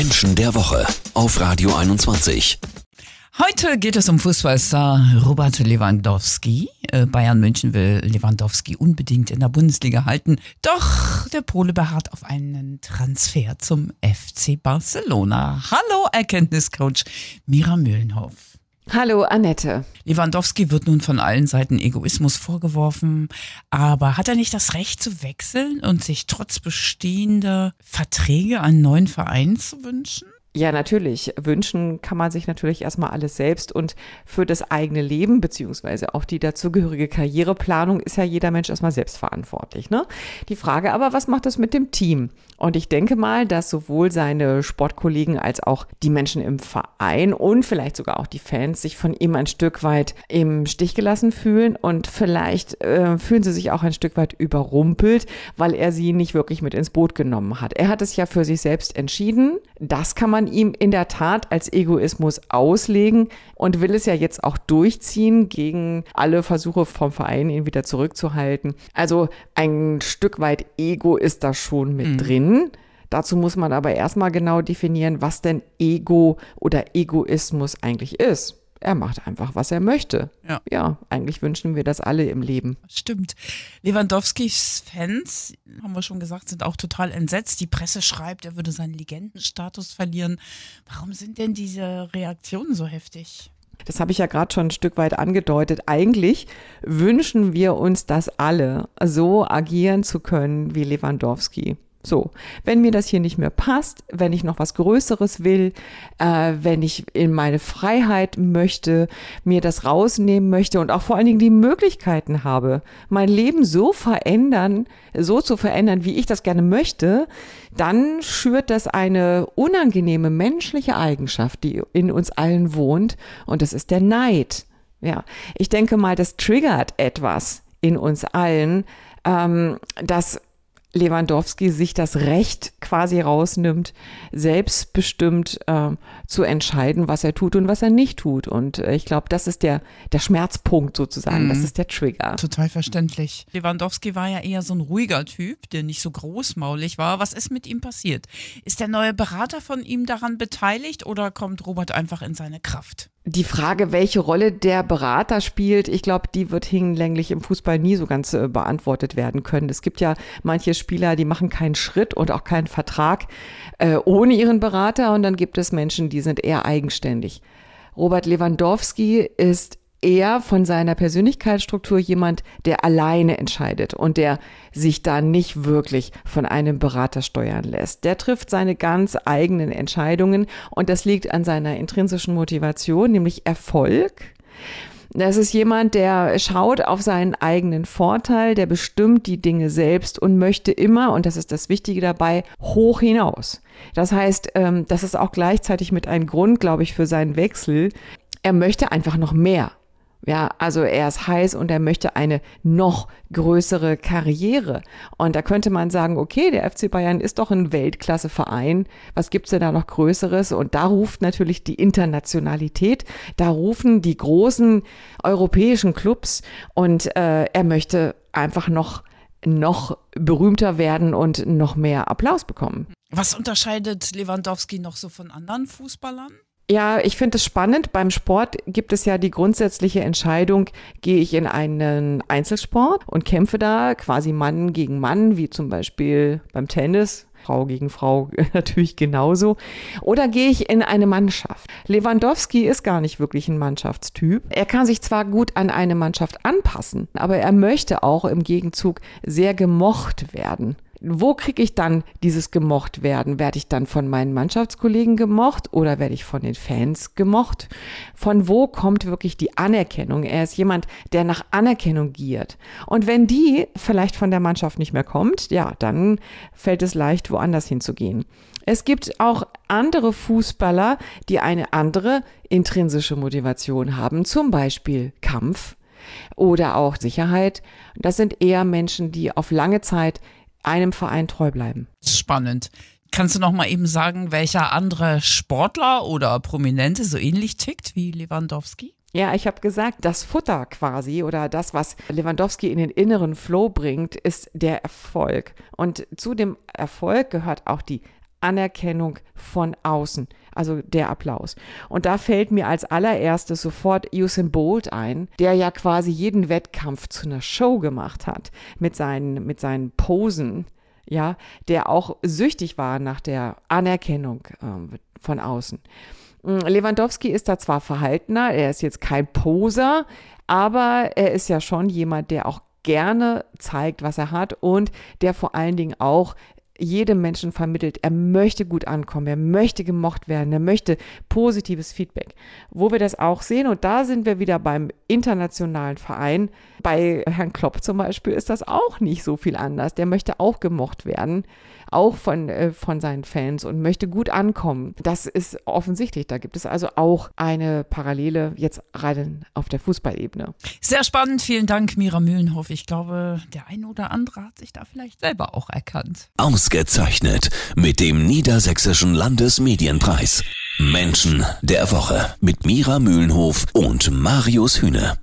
Menschen der Woche auf Radio 21. Heute geht es um Fußballstar Robert Lewandowski. Bayern München will Lewandowski unbedingt in der Bundesliga halten. Doch der Pole beharrt auf einen Transfer zum FC Barcelona. Hallo Erkenntniscoach Mira Mühlenhoff. Hallo Annette. Lewandowski wird nun von allen Seiten Egoismus vorgeworfen. Aber hat er nicht das Recht zu wechseln und sich trotz bestehender Verträge einen neuen Verein zu wünschen? Ja, natürlich. Wünschen kann man sich natürlich erstmal alles selbst und für das eigene Leben beziehungsweise auch die dazugehörige Karriereplanung ist ja jeder Mensch erstmal selbst verantwortlich, ne? Die Frage aber, was macht das mit dem Team? Und ich denke mal, dass sowohl seine Sportkollegen als auch die Menschen im Verein und vielleicht sogar auch die Fans sich von ihm ein Stück weit im Stich gelassen fühlen und vielleicht fühlen sie sich auch ein Stück weit überrumpelt, weil er sie nicht wirklich mit ins Boot genommen hat. Er hat es ja für sich selbst entschieden. Das kann man ihm in der Tat als Egoismus auslegen und will es ja jetzt auch durchziehen gegen alle Versuche vom Verein, ihn wieder zurückzuhalten. Also ein Stück weit Ego ist da schon mit drin. Dazu muss man aber erstmal genau definieren, was denn Ego oder Egoismus eigentlich ist. Er macht einfach, was er möchte. Ja, eigentlich wünschen wir das alle im Leben. Stimmt. Lewandowskis Fans, haben wir schon gesagt, sind auch total entsetzt. Die Presse schreibt, er würde seinen Legendenstatus verlieren. Warum sind denn diese Reaktionen so heftig? Das habe ich ja gerade schon ein Stück weit angedeutet. Eigentlich wünschen wir uns das alle, so agieren zu können wie Lewandowski. So, wenn mir das hier nicht mehr passt, wenn ich noch was Größeres will, wenn ich in meine Freiheit möchte, mir das rausnehmen möchte und auch vor allen Dingen die Möglichkeiten habe, mein Leben so zu verändern, wie ich das gerne möchte, dann schürt das eine unangenehme menschliche Eigenschaft, die in uns allen wohnt, und das ist der Neid. Ja, ich denke mal, das triggert etwas in uns allen, dass Lewandowski sich das Recht quasi rausnimmt, selbstbestimmt zu entscheiden, was er tut und was er nicht tut. Und ich glaube, das ist der Schmerzpunkt sozusagen, das ist der Trigger. Total verständlich. Lewandowski war ja eher so ein ruhiger Typ, der nicht so großmaulig war. Was ist mit ihm passiert? Ist der neue Berater von ihm daran beteiligt oder kommt Robert einfach in seine Kraft? Die Frage, welche Rolle der Berater spielt, ich glaube, die wird hinlänglich im Fußball nie so ganz beantwortet werden können. Es gibt ja manche Spieler, die machen keinen Schritt und auch keinen Vertrag ohne ihren Berater, und dann gibt es Menschen, die sind eher eigenständig. Robert Lewandowski ist eher von seiner Persönlichkeitsstruktur jemand, der alleine entscheidet und der sich da nicht wirklich von einem Berater steuern lässt. Der trifft seine ganz eigenen Entscheidungen und das liegt an seiner intrinsischen Motivation, nämlich Erfolg. Das ist jemand, der schaut auf seinen eigenen Vorteil, der bestimmt die Dinge selbst und möchte immer, und das ist das Wichtige dabei, hoch hinaus. Das heißt, das ist auch gleichzeitig mit einem Grund, glaube ich, für seinen Wechsel. Er möchte einfach noch mehr. Ja, also er ist heiß und er möchte eine noch größere Karriere. Und da könnte man sagen, okay, der FC Bayern ist doch ein Weltklasse-Verein. Was gibt's denn da noch Größeres? Und da ruft natürlich die Internationalität, da rufen die großen europäischen Clubs, und er möchte einfach noch berühmter werden und noch mehr Applaus bekommen. Was unterscheidet Lewandowski noch so von anderen Fußballern? Ja, ich finde es spannend. Beim Sport gibt es ja die grundsätzliche Entscheidung, gehe ich in einen Einzelsport und kämpfe da quasi Mann gegen Mann, wie zum Beispiel beim Tennis, Frau gegen Frau natürlich genauso, oder gehe ich in eine Mannschaft. Lewandowski ist gar nicht wirklich ein Mannschaftstyp. Er kann sich zwar gut an eine Mannschaft anpassen, aber er möchte auch im Gegenzug sehr gemocht werden. Wo kriege ich dann dieses gemocht werden? Werde ich dann von meinen Mannschaftskollegen gemocht oder werde ich von den Fans gemocht? Von wo kommt wirklich die Anerkennung? Er ist jemand, der nach Anerkennung giert. Und wenn die vielleicht von der Mannschaft nicht mehr kommt, ja, dann fällt es leicht, woanders hinzugehen. Es gibt auch andere Fußballer, die eine andere intrinsische Motivation haben, zum Beispiel Kampf oder auch Sicherheit. Das sind eher Menschen, die auf lange Zeit einem Verein treu bleiben. Spannend. Kannst du noch mal eben sagen, welcher andere Sportler oder Prominente so ähnlich tickt wie Lewandowski? Ja, ich habe gesagt, das Futter quasi oder das, was Lewandowski in den inneren Flow bringt, ist der Erfolg. Und zu dem Erfolg gehört auch die Anerkennung von außen, also der Applaus. Und da fällt mir als allererstes sofort Usain Bolt ein, der ja quasi jeden Wettkampf zu einer Show gemacht hat mit seinen Posen, ja, der auch süchtig war nach der Anerkennung von außen. Lewandowski ist da zwar verhaltener, er ist jetzt kein Poser, aber er ist ja schon jemand, der auch gerne zeigt, was er hat und der vor allen Dingen auch jedem Menschen vermittelt, er möchte gut ankommen, er möchte gemocht werden, er möchte positives Feedback. Wo wir das auch sehen, und da sind wir wieder beim internationalen Verein, bei Herrn Klopp zum Beispiel ist das auch nicht so viel anders. Der möchte auch gemocht werden, auch von seinen Fans und möchte gut ankommen. Das ist offensichtlich, da gibt es also auch eine Parallele jetzt rein auf der Fußballebene. Sehr spannend, vielen Dank, Mira Mühlenhoff. Ich glaube, der eine oder andere hat sich da vielleicht selber auch erkannt. Ausgezeichnet mit dem Niedersächsischen Landesmedienpreis. Menschen der Woche mit Mira Mühlenhoff und Marius Hühne.